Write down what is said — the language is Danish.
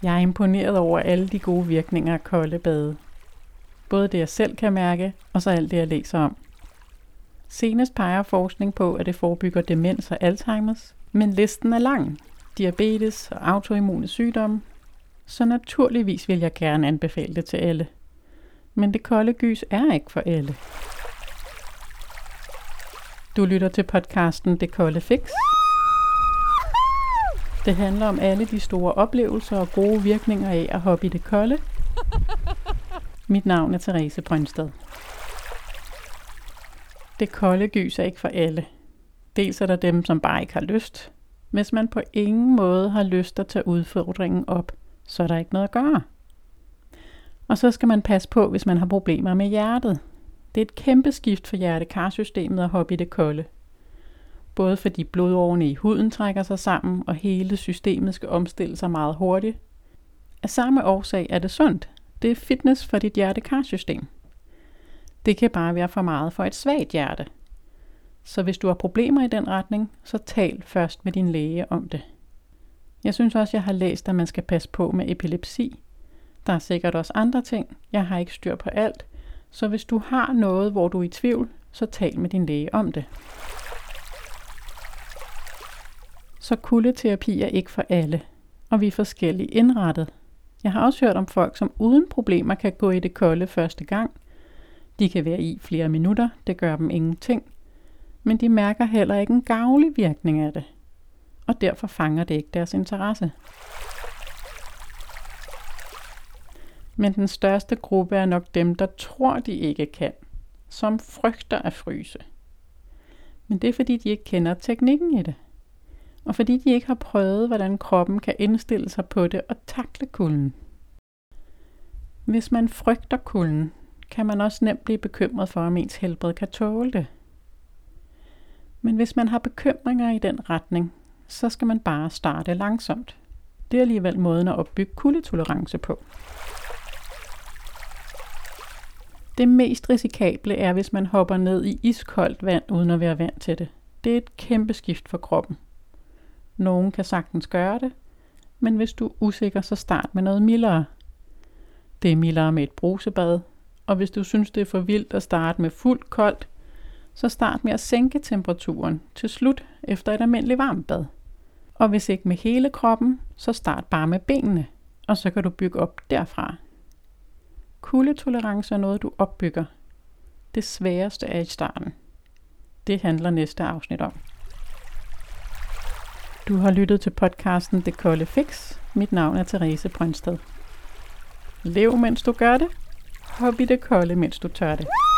Jeg er imponeret over alle de gode virkninger af kolde bade. Både det jeg selv kan mærke, og så alt det jeg læser om. Senest peger forskning på, at det forebygger demens og Alzheimer's, men listen er lang. Diabetes og autoimmune sygdomme. Så naturligvis vil jeg gerne anbefale det til alle. Men det kolde gys er ikke for alle. Du lytter til podcasten Det Kolde Fix. Det handler om alle de store oplevelser og gode virkninger af at hoppe i det kolde. Mit navn er Therese Brøndsted. Det kolde gys er ikke for alle. Dels er der dem, som bare ikke har lyst. Hvis man på ingen måde har lyst at tage udfordringen op, så er der ikke noget at gøre. Og så skal man passe på, hvis man har problemer med hjertet. Det er et kæmpe skift for hjertekarsystemet at hoppe i det kolde. Både fordi blodårene i huden trækker sig sammen, og hele systemet skal omstille sig meget hurtigt. Af samme årsag er det sundt. Det er fitness for dit hjertekarsystem. Det kan bare være for meget for et svagt hjerte. Så hvis du har problemer i den retning, så tal først med din læge om det. Jeg synes også, jeg har læst, at man skal passe på med epilepsi. Der er sikkert også andre ting. Jeg har ikke styr på alt. Så hvis du har noget, hvor du er i tvivl, så tal med din læge om det. Så kuldeterapi er ikke for alle, og vi er forskelligt indrettet. Jeg har også hørt om folk, som uden problemer kan gå i det kolde første gang. De kan være i flere minutter, det gør dem ingenting. Men de mærker heller ikke en gavnlig virkning af det. Og derfor fanger det ikke deres interesse. Men den største gruppe er nok dem, der tror, de ikke kan. Som frygter at fryse. Men det er fordi, de ikke kender teknikken i det. Og fordi de ikke har prøvet, hvordan kroppen kan indstille sig på det og takle kulden. Hvis man frygter kulden, kan man også nemt blive bekymret for, om ens helbred kan tåle det. Men hvis man har bekymringer i den retning, så skal man bare starte langsomt. Det er alligevel måden at opbygge kuldetolerance på. Det mest risikable er, hvis man hopper ned i iskoldt vand, uden at være vant til det. Det er et kæmpe skift for kroppen. Nogen kan sagtens gøre det, men hvis du er usikker, så start med noget mildere. Det er mildere med et brusebad, og hvis du synes, det er for vildt at starte med fuldt koldt, så start med at sænke temperaturen til slut efter et almindeligt varmt bad. Og hvis ikke med hele kroppen, så start bare med benene, og så kan du bygge op derfra. Kuldetolerance er noget, du opbygger. Det sværeste er i starten. Det handler næste afsnit om. Du har lyttet til podcasten Det Kolde Fix. Mit navn er Therese Brøndsted. Lev, mens du gør det. Hop i det kolde, mens du tør det.